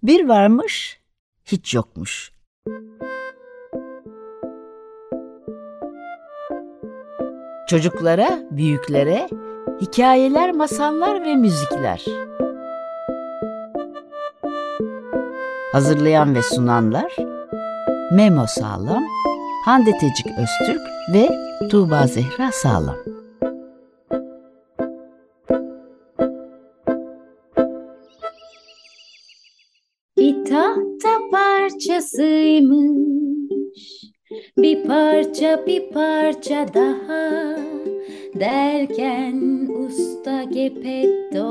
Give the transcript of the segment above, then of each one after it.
Bir varmış, hiç yokmuş. Çocuklara, büyüklere hikayeler, masallar ve müzikler. Hazırlayan ve sunanlar Memo Sağlam, Hande Tecik Öztürk ve Tuğba Zehra Sağlam. Bir tahta parçasıymış, bir parça daha derken usta Gepetto,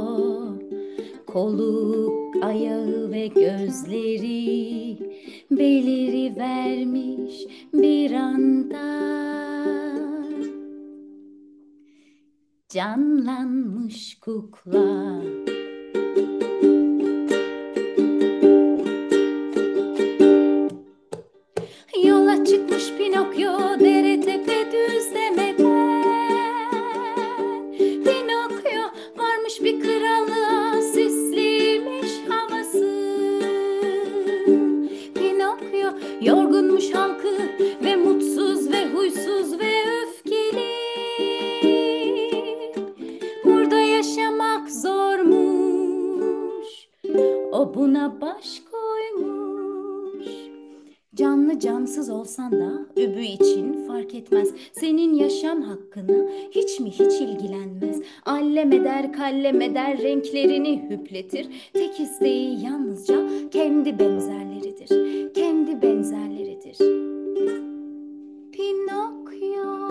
kolu, ayağı ve gözleri belirivermiş bir anda. Canlanmış kukla. Yola çıkmış Pinokyo dere tepe düzlemeden. Pinokyo varmış bir krallığa, süslüymüş havası. Pinokyo yorgunmuş halkı ve mutsuz ve huysuz ve öfkeli. Burada yaşamak zormuş, o buna baş koymuş. Canlı cansız olsan da öbü için fark etmez. Senin yaşam hakkını hiç mi hiç ilgilenmez. Allem eder kallem eder, renklerini hüpletir. Tek isteği yalnızca kendi benzerleridir. Kendi benzerleridir. Pinokyo.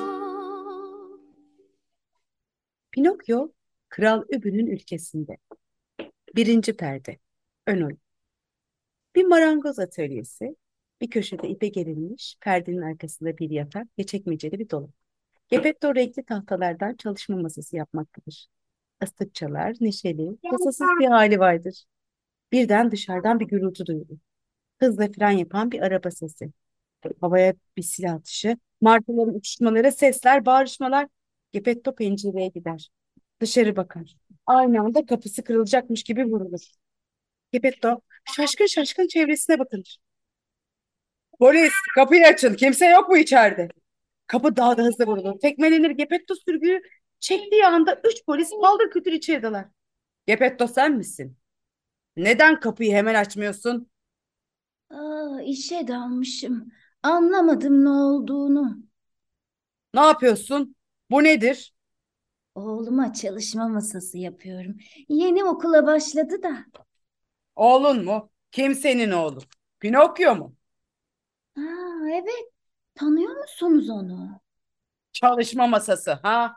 Pinokyo, Kral Übü'nün ülkesinde. Birinci perde. Ön oyun. Bir marangoz atölyesi, bir köşede ipe gerilmiş, perdenin arkasında bir yatak ve çekmeceli bir dolap. Gepetto renkli tahtalardan çalışma masası yapmaktadır. Astık çalar, neşeli, tasasız bir hali vardır. Birden dışarıdan bir gürültü duyulur. Hızla fren yapan bir araba sesi. Havaya bir silah atışı, martıların uçuşmaları, sesler, bağırışmalar. Gepetto pencereye gider. Dışarı bakar. Aynı anda kapısı kırılacakmış gibi vurulur. Gepetto şaşkın şaşkın çevresine bakınır. Polis, kapıyı açın. Kimse yok mu içeride? Kapı daha da hızlı vurulur. Tekmelenir. Gepetto sürgüyü çektiği anda 3 polis paldır kütür içeri dalar. Gepetto sen misin? Neden kapıyı hemen açmıyorsun? İşe dalmışım. Anlamadım ne olduğunu. Ne yapıyorsun? Bu nedir? Oğluma çalışma masası yapıyorum. Yeni okula başladı da. Oğlun mu? Kim senin oğlun? Pinokyo mu? Evet. Tanıyor musunuz onu? Çalışma masası ha?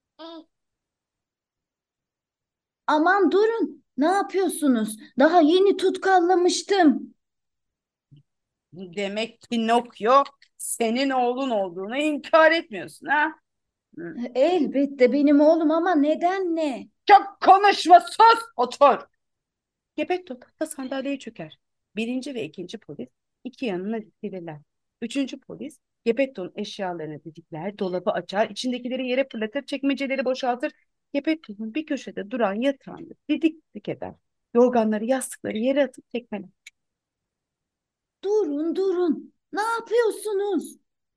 Aman durun. Ne yapıyorsunuz? Daha yeni tutkallamıştım. Demek Pinokyo senin oğlun olduğunu inkar etmiyorsun ha? Hı. Elbette benim oğlum ama neden ne? Çok konuşma, sus, otur. Gepetto tahta sandalyeye çöker. Birinci ve ikinci polis iki yanına dikilirler. Üçüncü polis Gepetto'nun eşyalarını didikler, dolabı açar, içindekileri yere fırlatır, çekmeceleri boşaltır. Gepetto'nun bir köşede duran yatağını didik didik eder. Yorganları, yastıkları yere atıp tekmeler. Durun durun. Ne yapıyorsunuz?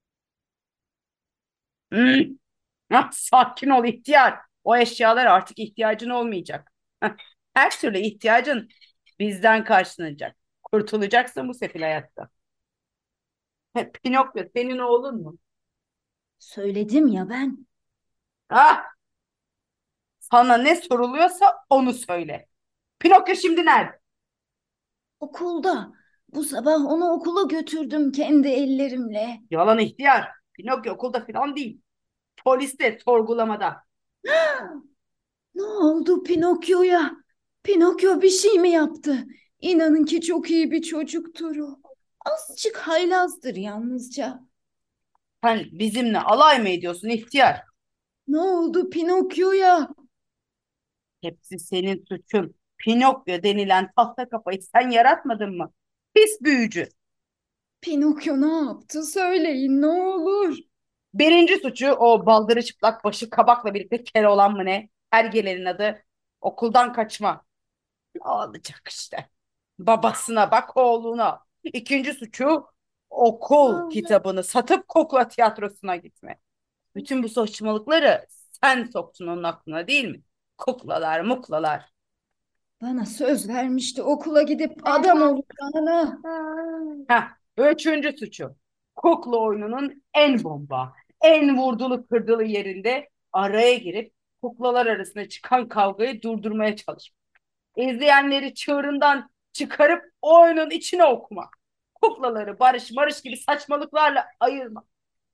Hmm. Sakin ol ihtiyar. O eşyalar artık ihtiyacın olmayacak. Her türlü ihtiyacın bizden karşılanacak. Kurtulacaksın bu sefil hayatta. Pinokyo senin oğlun mu? Söyledim ya ben. Ah, sana ne soruluyorsa onu söyle. Pinokyo şimdi nerede? Okulda. Bu sabah onu okula götürdüm kendi ellerimle. Yalan ihtiyar. Pinokyo okulda falan değil. Poliste sorgulamada. Ne oldu Pinokyo'ya? Pinokyo bir şey mi yaptı? İnanın ki çok iyi bir çocuktur o. Azıcık haylazdır yalnızca. Sen bizimle alay mı ediyorsun ihtiyar? Ne oldu Pinokyo'ya? Hepsi senin suçun. Pinokyo denilen tahta kafayı sen yaratmadın mı? Pis büyücü. Pinokyo ne yaptı? Söyleyin ne olur. Birinci suçu o baldırı çıplak başı kabakla birlikte Keloğlan mı ne? Hergelerin adı. Okuldan kaçma. Ne olacak işte. Babasına bak oğluna. İkinci suçu okul kitabını satıp kukla tiyatrosuna gitme. Bütün bu saçmalıkları sen soktun onun aklına değil mi? Kuklalar, muklalar. Bana söz vermişti okula gidip adam olacağını. Heh, üçüncü suçu. Kukla oyununun en bomba, en vurdulu kırdılı yerinde araya girip kuklalar arasında çıkan kavgayı durdurmaya çalışmak. İzleyenleri çığırından çıkarıp o oyunun içine okumak. Kuklaları barış marış gibi saçmalıklarla ayırmak.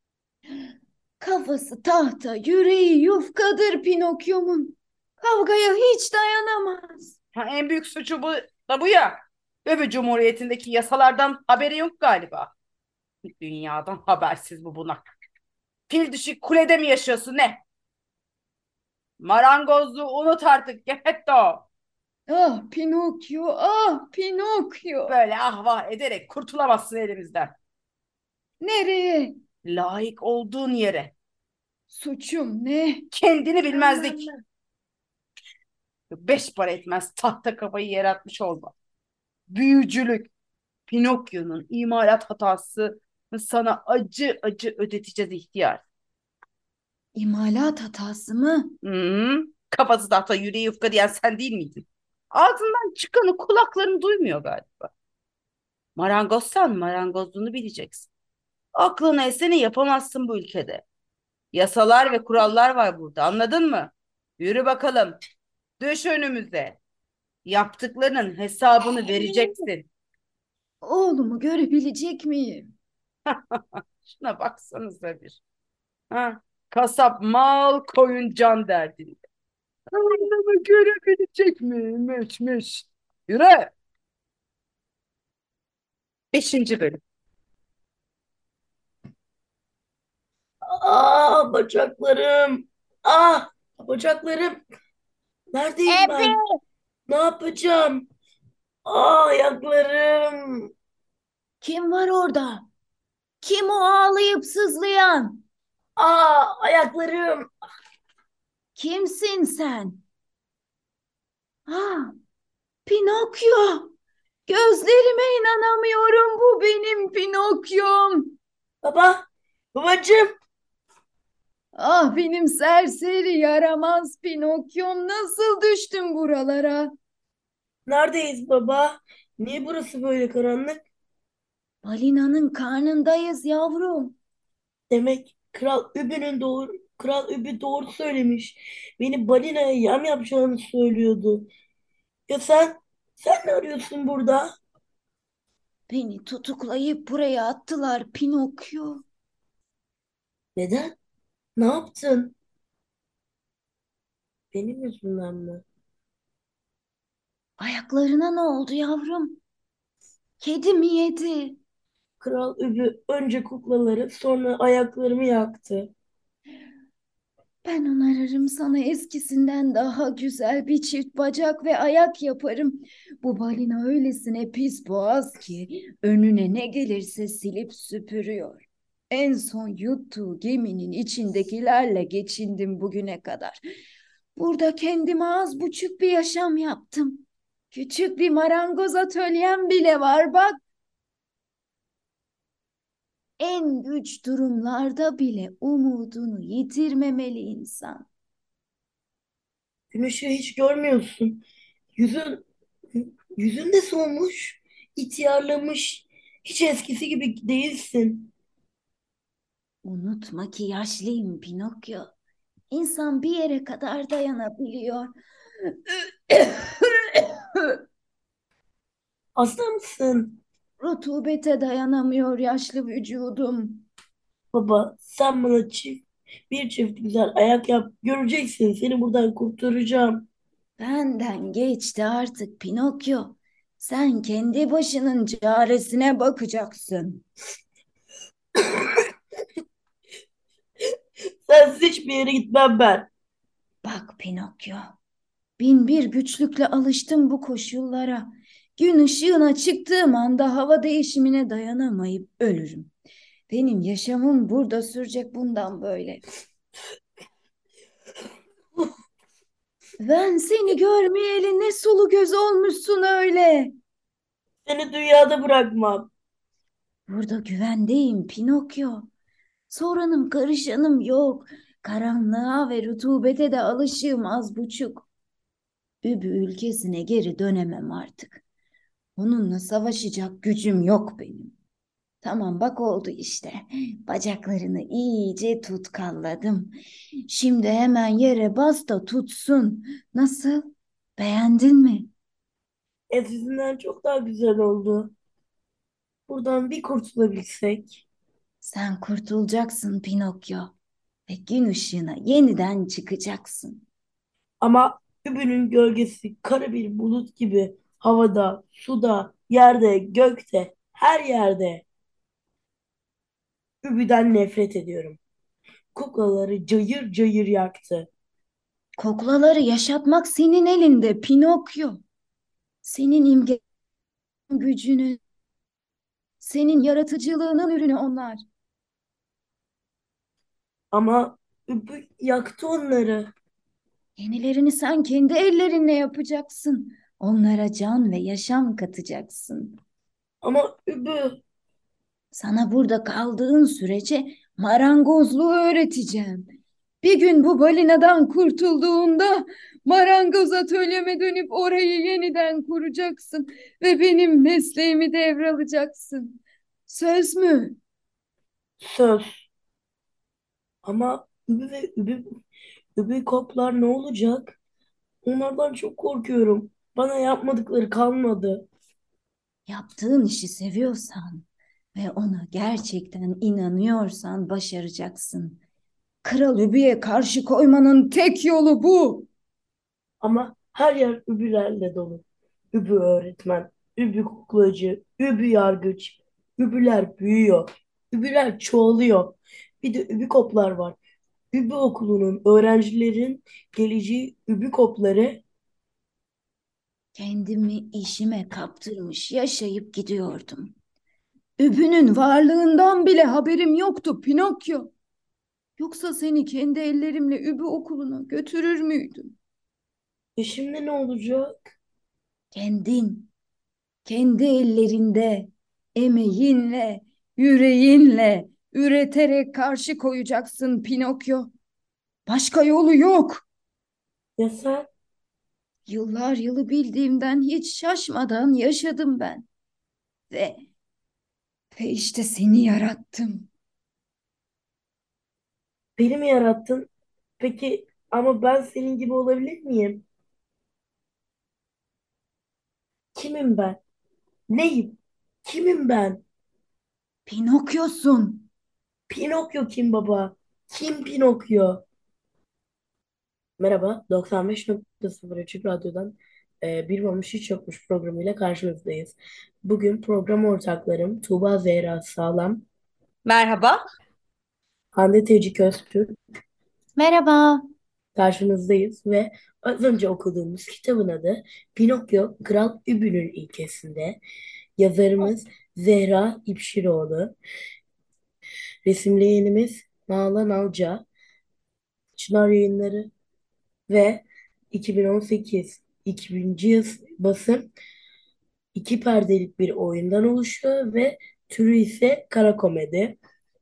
Kafası tahta, yüreği yufkadır Pinokyo'mun. Kavgaya hiç dayanamaz. Ha, en büyük suçu bu da bu ya. Öbür Cumhuriyeti'ndeki yasalardan haberi yok galiba. Dünyadan habersiz bu bunak. Fil dişi kulede mi yaşıyorsun ne? Marangozluğu unut artık Geppetto. Ah Pinokyo, ah Pinokyo. Böyle ahvah ederek kurtulamazsın elimizden. Nereye? Layık olduğun yere. Suçum ne? Kendini bilmezlik. Beş para etmez tahta kafayı yaratmış olma. Büyücülük. Pinokyo'nun imalat hatası sana acı acı ödeteceğiz ihtiyar. İmalat hatası mı? Hı-hı. Kafası tahta yüreği yufka diyen sen değil miydin? Ağzından çıkanı kulakların duymuyor galiba. Marangozsan marangozluğunu bileceksin. Aklına eseni yapamazsın bu ülkede. Yasalar ve kurallar var burada, anladın mı? Yürü bakalım. Düş önümüze. Yaptıklarının hesabını vereceksin. Oğlumu görebilecek miyim? Şuna baksanıza bir. Ha, kasap mal koyun can derdinde. Adamı görebilecek miymişmiş? Yürü. Beşinci bölüm. Bacaklarım. Bacaklarım. Neredeyim Ebe! ben? Ne yapacağım? Ayaklarım. Kim var orada? Kim o ağlayıp sızlayan? Ayaklarım. Kimsin sen? Ah, Pinokyo! Gözlerime inanamıyorum, bu benim Pinokyo'm. Baba. Babacığım. Ah benim serseri yaramaz Pinokyo'm, nasıl düştüm buralara? Neredeyiz baba? Niye burası böyle karanlık? Balinanın karnındayız yavrum. Demek Kral Übü doğru söylemiş. Beni balinaya yem yapacağını söylüyordu. Ya sen ne arıyorsun burada? Beni tutuklayıp buraya attılar Pinokyo. Neden? Ne yaptın? Benim yüzümden mi? Ayaklarına ne oldu yavrum? Kedi mi yedi? Kral Übü önce kuklaları sonra ayaklarımı yaktı. Ben onarırım sana eskisinden daha güzel bir çift bacak ve ayak yaparım. Bu balina öylesine pis boğaz ki önüne ne gelirse silip süpürüyor. En son yuttuğu geminin içindekilerle geçindim bugüne kadar. Burada kendime az buçuk bir yaşam yaptım. Küçük bir marangoz atölyem bile var bak. En güç durumlarda bile umudunu yitirmemeli insan. Güneşi hiç görmüyorsun. Yüzün, yüzün de solmuş, ihtiyarlamış. Hiç eskisi gibi değilsin. Unutma ki yaşlıyım Pinokyo. İnsan bir yere kadar dayanabiliyor. Hasta mısın? Rutubete dayanamıyor yaşlı vücudum. Baba, sen bana bir çift güzel ayak yap. Göreceksin, seni buradan kurtaracağım. Benden geçti artık Pinokyo. Sen kendi başının çaresine bakacaksın. Sensiz hiçbir yere gitmem ben. Bak Pinokyo, bin bir güçlükle alıştım bu koşullara. Gün ışığına çıktığım anda hava değişimine dayanamayıp ölürüm. Benim yaşamım burada sürecek bundan böyle. Ben seni görmeyeli ne sulu göz olmuşsun öyle. Seni dünyada bırakmam. Burada güvendeyim Pinokyo. Soranım karışanım yok. Karanlığa ve rutubete de alışığım az buçuk. Übü ülkesine geri dönemem artık. Onunla savaşacak gücüm yok benim. Tamam bak oldu işte. Bacaklarını iyice tutkalladım. Şimdi hemen yere bas da tutsun. Nasıl? Beğendin mi? Eskisinden çok daha güzel oldu. Buradan bir kurtulabilsek. Sen kurtulacaksın Pinokyo ve gün ışığına yeniden çıkacaksın. Ama Übü'nün gölgesi kara bir bulut gibi havada, suda, yerde, gökte, her yerde. Übü'den nefret ediyorum. Kuklaları cayır cayır yaktı. Kuklaları yaşatmak senin elinde Pinokyo. Senin imge gücünün, senin yaratıcılığının ürünü onlar. Ama Übü yaktı onları. Yenilerini sen kendi ellerinle yapacaksın. Onlara can ve yaşam katacaksın. Ama Übü Sana burada kaldığın sürece marangozluğu öğreteceğim. Bir gün bu balinadan kurtulduğunda marangoz atölyeme dönüp orayı yeniden kuracaksın ve benim mesleğimi devralacaksın. Söz mü? söz. Ama Übü koplar ne olacak? Onlardan çok korkuyorum. Bana yapmadıkları kalmadı. Yaptığın işi seviyorsan ve ona gerçekten inanıyorsan başaracaksın. Kral Übü'ye karşı koymanın tek yolu bu. Ama her yer Übülerle dolu. Übü öğretmen, Übü kuklacı, Übü yargıç. Übüler büyüyor. Übüler çoğalıyor. Bir de Übükoplar var. Übü okulunun öğrencilerin geleceği Übükopları. Kendimi işime kaptırmış yaşayıp gidiyordum. Übünün varlığından bile haberim yoktu Pinokyo. Yoksa seni kendi ellerimle Übü okuluna götürür müydüm? Şimdi ne olacak? Kendin, kendi ellerinde, emeğinle, yüreğinle, üreterek karşı koyacaksın Pinokyo. Başka yolu yok. Ya sen? Yıllar yılı bildiğimden hiç şaşmadan yaşadım ben. Ve, ve işte seni yarattım. Beni mi yarattın? Peki ama ben senin gibi olabilir miyim? Kimim ben? Neyim? Kimim ben? Pinokyo'sun. Pinokyo kim baba? Kim Pinokyo? Merhaba, 95.0 Açık Radyo'dan Bir Olmuş Hiç Yokmuş programıyla karşınızdayız. Bugün program ortaklarım Tuğba Zehra Sağlam, Merhaba. Hande Tevcik Öztürk Merhaba. karşınızdayız ve az önce okuduğumuz kitabın adı Pinokyo Kral Übü'nün İlkesinde. Yazarımız Zehra İpşiroğlu, resimleyenimiz Nalan Alca, Çınar Yayınları ve 2018 2000. yıl basım iki perdelik bir oyundan oluşuyor ve türü ise kara komedi.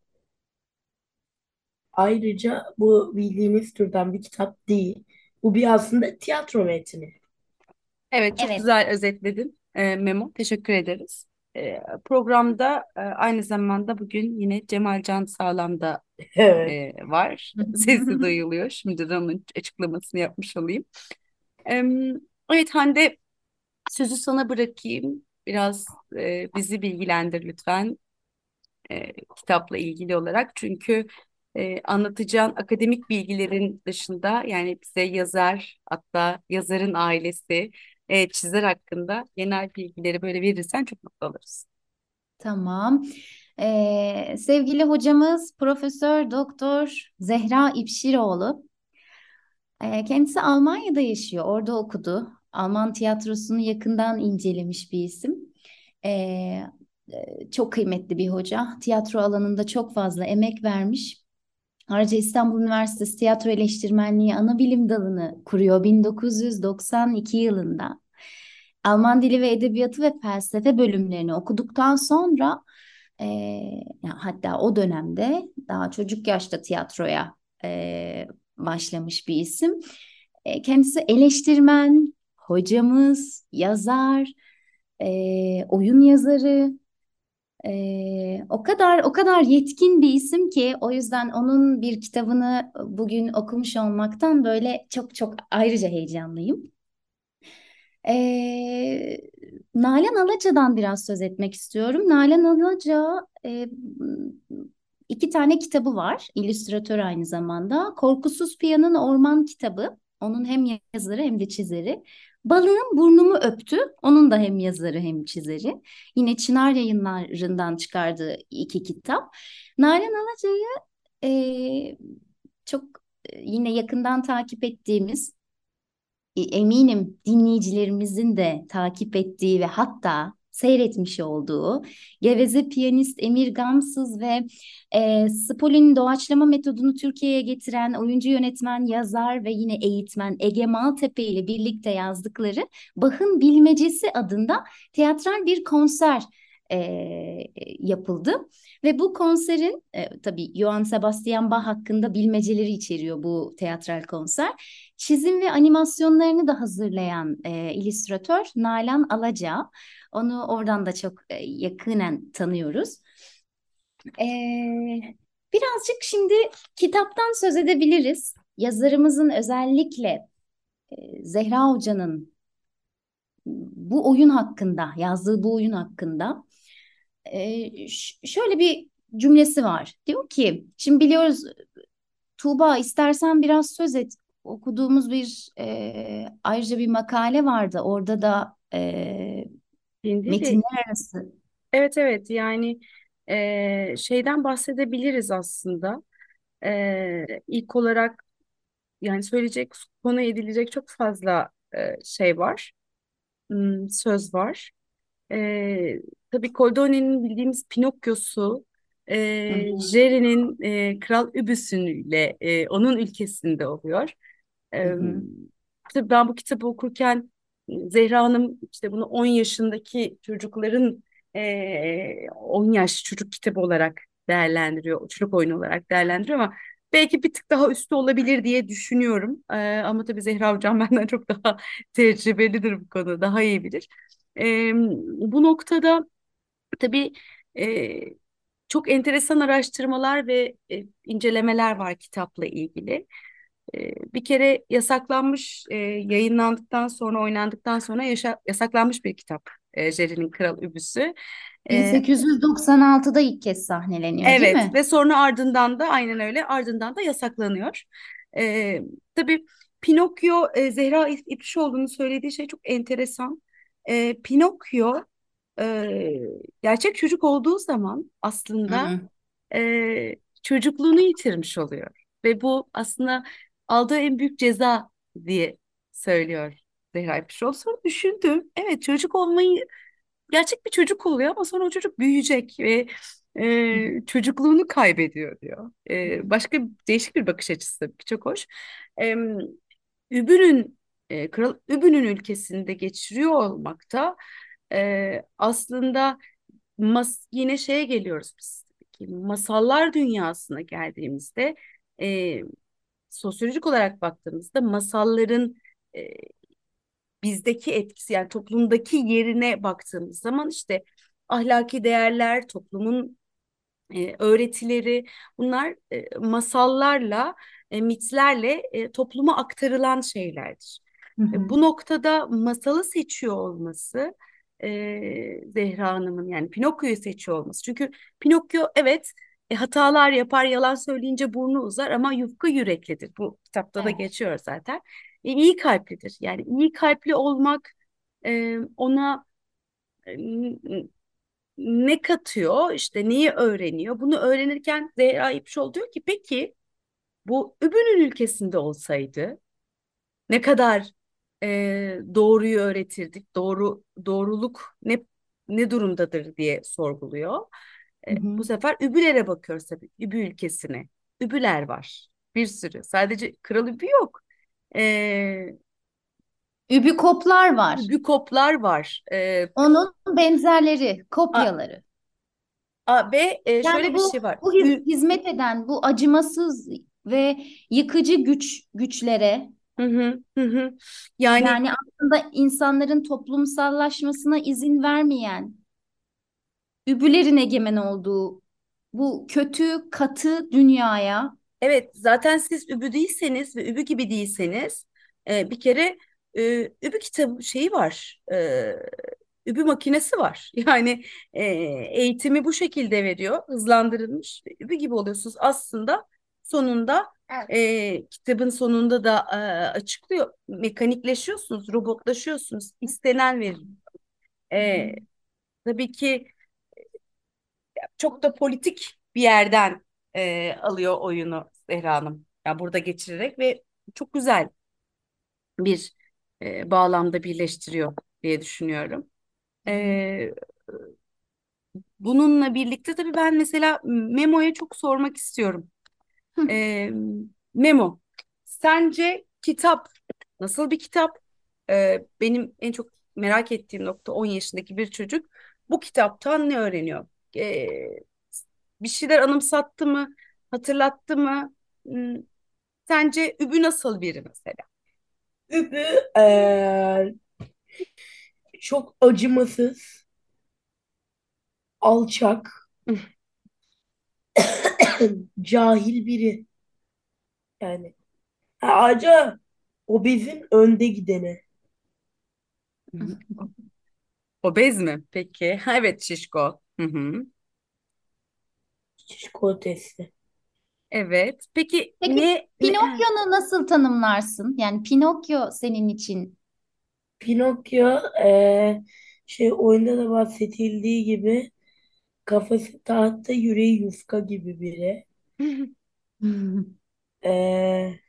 Ayrıca bu bildiğiniz türden bir kitap değil. Bu bir aslında tiyatro metni. Evet, çok Evet. güzel özetledin Memo. Teşekkür ederiz. Programda aynı zamanda bugün yine Cemal Can Sağlam da Evet. var. Sesi duyuluyor. Şimdi de onun açıklamasını yapmış olayım. Evet Hande, sözü sana bırakayım. Biraz bizi bilgilendir lütfen kitapla ilgili olarak. Çünkü anlatacağın akademik bilgilerin dışında yani bize yazar hatta yazarın ailesi, çizer hakkında genel bilgileri böyle verirsen çok mutlu oluruz. Tamam. Sevgili hocamız Profesör Doktor Zehra İpşiroğlu. Kendisi Almanya'da yaşıyor. Orada okudu. Alman tiyatrosunu yakından incelemiş bir isim. Ee, Çok kıymetli bir hoca. Tiyatro alanında çok fazla emek vermiş. Ayrıca İstanbul Üniversitesi Tiyatro Eleştirmenliği Anabilim Dalı'nı kuruyor 1992 yılında. Alman Dili ve Edebiyatı ve Felsefe bölümlerini okuduktan sonra hatta o dönemde daha çocuk yaşta tiyatroya başlamış bir isim. Kendisi eleştirmen, hocamız, yazar, oyun yazarı. O kadar yetkin bir isim ki o yüzden onun bir kitabını bugün okumuş olmaktan böyle çok çok ayrıca heyecanlıyım. Ee, Nalan Alaca'dan biraz söz etmek istiyorum. Nalan Alaca iki tane kitabı var. İllüstratör aynı zamanda. Korkusuz Piyan'ın Orman kitabı. Onun hem yazarı hem de çizeri. Balığın Burnumu Öptü. Onun da hem yazarı hem çizeri. Yine Çınar Yayınları'ndan çıkardığı iki kitap. Nalan Alaca'yı e, çok yine yakından takip ettiğimiz, eminim dinleyicilerimizin de takip ettiği ve hatta seyretmiş olduğu geveze piyanist Emir Gamsız ve Spoli'nin doğaçlama metodunu Türkiye'ye getiren oyuncu, yönetmen, yazar ve yine eğitmen Ege Maltepe ile birlikte yazdıkları Bach'ın Bilmecesi adında tiyatral bir konser e, yapıldı. Ve bu konserin tabii Johann Sebastian Bach hakkında bilmeceleri içeriyor bu tiyatral konser. Çizim ve animasyonlarını da hazırlayan illüstratör Nalan Alaca. Onu oradan da çok yakinen tanıyoruz. E, Birazcık şimdi kitaptan söz edebiliriz. Yazarımızın özellikle Zehra Hoca'nın bu oyun hakkında, yazdığı bu oyun hakkında şöyle bir cümlesi var. Diyor ki, şimdi biliyoruz, Tuğba istersen biraz söz et. Okuduğumuz bir ayrıca bir makale vardı. Orada da Şimdi de metinler arası. evet, evet, yani şeyden bahsedebiliriz aslında. İlk olarak yani söyleyecek, konu edilecek çok fazla şey var, söz var. Tabii Goldoni'nin bildiğimiz Pinokyo'su, Hı hı, Jerry'nin Kral Übüsü'yle onun ülkesinde oluyor. hı Ee, hı, tabii ben bu kitabı okurken Zehra Hanım işte bunu 10 yaşındaki çocukların 10 yaş çocuk kitabı olarak değerlendiriyor, çocuk oyunu olarak değerlendiriyor ama belki bir tık daha üstü olabilir diye düşünüyorum. Ama tabii Zehra Hocam benden çok daha tecrübelidir bu konuda, daha iyi bilir. Bu noktada tabii e, çok enteresan araştırmalar ve incelemeler var kitapla ilgili. Bir kere yasaklanmış, yayınlandıktan sonra, oynandıktan sonra yasaklanmış bir kitap. Jerry'nin Kral Übüsü. E, 1896'da ilk kez sahneleniyor, değil evet mi? ve sonra ardından da aynen öyle, ardından da yasaklanıyor. E, tabii Pinokyo, Zehra İpşoğlu'nun söylediği şey çok enteresan. Pinokyo gerçek çocuk olduğu zaman Hı aslında hı. çocukluğunu yitirmiş oluyor. Ve bu aslında aldığı en büyük ceza diye söylüyor Zehra Epişoğlu. Sonra düşündüm. Evet, çocuk olmayı, gerçek bir çocuk oluyor ama sonra o çocuk büyüyecek ve çocukluğunu kaybediyor diyor. Başka değişik bir bakış açısı tabii ki, çok hoş. E, Übü'nün Kral Übü'nün ülkesinde geçiriyor olmakta aslında yine şeye geliyoruz biz. Tabii ki masallar dünyasına geldiğimizde e, sosyolojik olarak baktığımızda masalların e, bizdeki etkisi, yani toplumdaki yerine baktığımız zaman işte ahlaki değerler, toplumun öğretileri, bunlar masallarla, mitlerle topluma aktarılan şeylerdir. Hı hı. Bu noktada masalı seçiyor olması, Zehra Hanım'ın yani Pinokyo'yu seçiyor olması. Çünkü Pinokyo evet hatalar yapar, yalan söyleyince burnu uzar ama yufka yüreklidir. Bu kitapta da Evet. geçiyor zaten. İyi kalplidir. Yani iyi kalpli olmak ona ne katıyor, işte neyi öğreniyor? Bunu öğrenirken Zehra İpşoğlu diyor ki peki bu Übü'nün ülkesinde olsaydı ne kadar doğruyu öğretirdik, doğruluk ne durumdadır diye sorguluyor. Hı hı. Bu sefer Übülere bakıyoruz tabii, Übü ülkesine. Übüler var bir sürü. Sadece Kral Übü yok. E, Übükoplar var. Bükoplar var. Onun benzerleri, A- kopyaları. ve şöyle Yani bir şey var. hizmet eden bu acımasız ve yıkıcı güçlere, Hı hı, hı hı. Yani yani aslında insanların toplumsallaşmasına izin vermeyen, übülerin egemen olduğu bu kötü, katı dünyaya. evet, zaten siz übü değilseniz ve übü gibi değilseniz bir kere übü kitabı şeyi var. Übü makinesi var. Yani eğitimi bu şekilde veriyor. Hızlandırılmış ve übü gibi oluyorsunuz. Aslında sonunda kitabın sonunda da açıklıyor. Mekanikleşiyorsunuz, robotlaşıyorsunuz. İstenen verir. E, tabii ki çok da politik bir yerden alıyor oyunu Zehra Hanım. Ya burada geçirerek ve çok güzel bir bağlamda birleştiriyor diye düşünüyorum. E, bununla birlikte tabii ben mesela Memo'ya çok sormak istiyorum. E, Memo, sence kitap nasıl bir kitap? Benim en çok merak ettiğim nokta 10 yaşındaki bir çocuk bu kitaptan ne öğreniyor? E, bir şeyler anımsattı mı? Hatırlattı mı? Hmm, sence Übü nasıl biri mesela? Übü çok acımasız, alçak, cahil biri. Yani ağaca obezin önde gideni. Obez mi? Peki. Ha, evet, şişko. Hı hı. Şişko testi. Evet. Peki Peki Pinokyo'nu nasıl tanımlarsın? Yani Pinokyo senin için. Pinokyo şey oyunda da bahsedildiği gibi kafası tahta yüreği yufka gibi biri. E,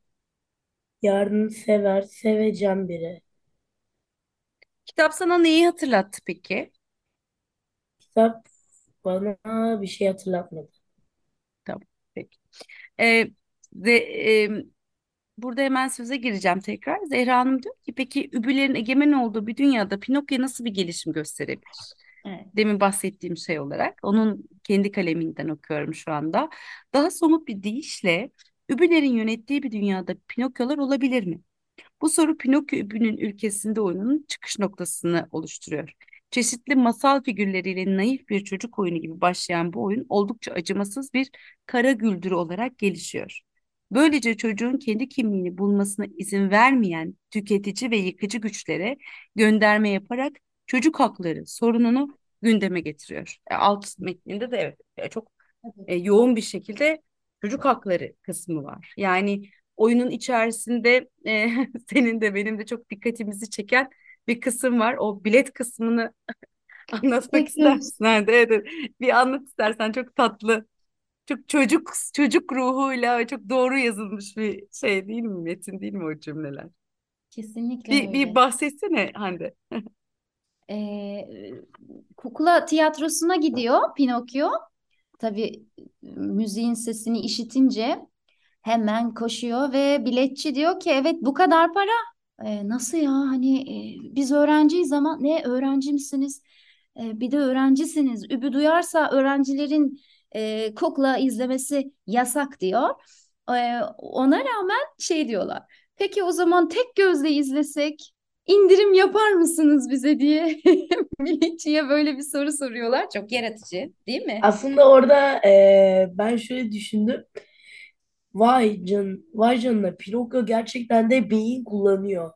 Yarını sever, sevecen biri. kitap sana neyi hatırlattı peki? Kitap bana bir şey hatırlatmadı. Tamam. Peki. Ee, de, burada hemen söze gireceğim tekrar. Zehra Hanım diyor ki peki übülerin egemen olduğu bir dünyada Pinokyo nasıl bir gelişim gösterebilir? Evet. Demin bahsettiğim şey olarak. Onun kendi kaleminden okuyorum şu anda. Daha somut bir deyişle übülerin yönettiği bir dünyada Pinokyolar olabilir mi? Bu soru Pinokyo Übü'nün ülkesinde oyunun çıkış noktasını oluşturuyor. Çeşitli masal figürleriyle naif bir çocuk oyunu gibi başlayan bu oyun oldukça acımasız bir kara güldürü olarak gelişiyor. Böylece çocuğun kendi kimliğini bulmasına izin vermeyen tüketici ve yıkıcı güçlere gönderme yaparak çocuk hakları sorununu gündeme getiriyor. Alt metninde de evet çok yoğun bir şekilde çocuk hakları kısmı var. Yani oyunun içerisinde senin de benim de çok dikkatimizi çeken bir kısım var. O bilet kısmını anlatmak Peki. istersin. Evet, evet, evet. Bir anlat istersen, çok tatlı. Çok çocuk ruhuyla çok doğru yazılmış bir şey değil mi? Metin değil mi o cümleler? Kesinlikle Bir öyle. bahsetsene Hande. Ee, Kukla tiyatrosuna gidiyor Pinokyo. Tabii müziğin sesini işitince hemen koşuyor ve biletçi diyor ki evet bu kadar para. Nasıl ya hani biz öğrenciyiz ama ne öğrenci misiniz? Bir de öğrencisiniz. Übü duyarsa öğrencilerin kukla izlemesi yasak diyor. Ona rağmen şey diyorlar. Peki o zaman tek gözle izlesek indirim yapar mısınız bize diye biletçiye böyle bir soru soruyorlar. Çok yaratıcı, değil mi? Aslında orada ben şöyle düşündüm. Vay canına Pinokyo gerçekten de beyin kullanıyor.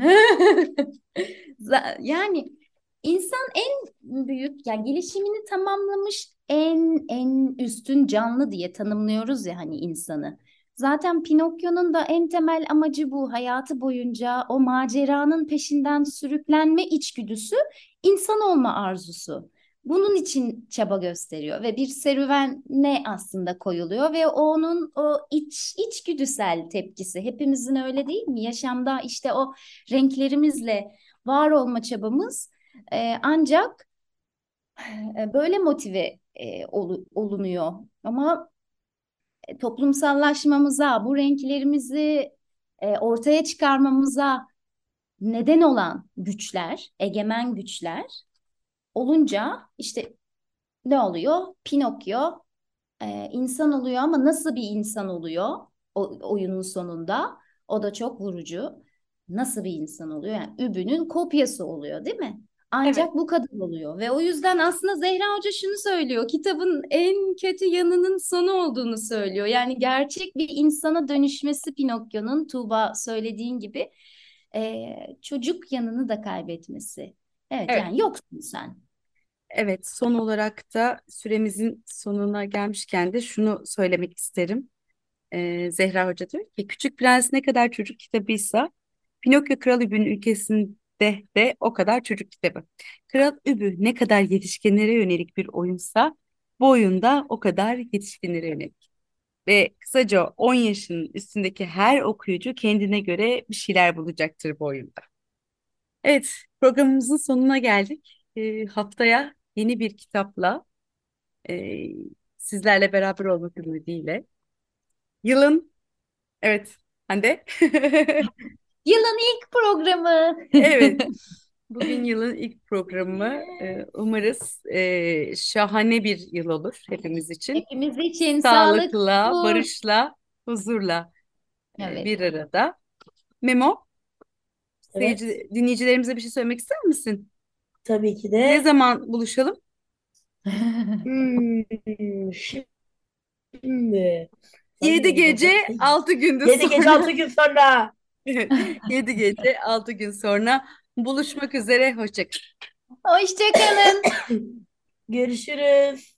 Yani insan en büyük yani gelişimini tamamlamış en üstün canlı diye tanımlıyoruz ya hani insanı. Zaten Pinokyo'nun da en temel amacı bu. Hayatı boyunca o maceranın peşinden sürüklenme içgüdüsü, insan olma arzusu. Bunun için çaba gösteriyor ve bir serüvene aslında koyuluyor ve onun o içgüdüsel tepkisi hepimizin öyle değil mi? Yaşamda işte o renklerimizle var olma çabamız ancak böyle motive olunuyor. Ama toplumsallaşmamıza, bu renklerimizi ortaya çıkarmamıza neden olan güçler, egemen güçler olunca işte ne oluyor? Pinokyo insan oluyor ama nasıl bir insan oluyor oyunun sonunda? O da çok vurucu. Nasıl bir insan oluyor? Yani Übü'nün kopyası oluyor, değil mi? Evet, Ancak bu kadar oluyor ve o yüzden aslında Zehra Hoca şunu söylüyor. Kitabın en kötü yanının sonu olduğunu söylüyor. Yani gerçek bir insana dönüşmesi Pinokyo'nun Tuğba söylediğin gibi çocuk yanını da kaybetmesi. Evet evet. yani yoksun sen. Evet, son olarak da süremizin sonuna gelmişken de şunu söylemek isterim. Zehra Hoca diyor ki Küçük Prens ne kadar çocuk kitabıysa Pinokyo Kral Übü'nün ülkesinde de o kadar çocuk kitabı. Kral Übü ne kadar yetişkinlere yönelik bir oyunsa bu oyunda o kadar yetişkinlere yönelik. Ve kısaca 10 yaşın üstündeki her okuyucu kendine göre bir şeyler bulacaktır bu oyunda. Evet, programımızın sonuna geldik. Haftaya yeni bir kitapla e, sizlerle beraber olmak ümidiyle. Yılın, evet, Hande. Yılın ilk programı. Evet, bugün yılın ilk programı. Umarız şahane bir yıl olur hepimiz için. Hepimiz için sağlık, Sağlıkla, huzur. barışla, huzurla Evet. bir arada. Memo, Evet. dinleyicilerimize bir şey söylemek ister misin? Tabii ki Ne de. zaman buluşalım? Hmm, Şimdi. Yedi Sanmıyorum gece hocam. 6 gündür 7 gece sonra. 6 gün sonra. Evet, 7 gece 6 gün sonra buluşmak üzere. Hoşça kalın. Hoşça kalın. Görüşürüz.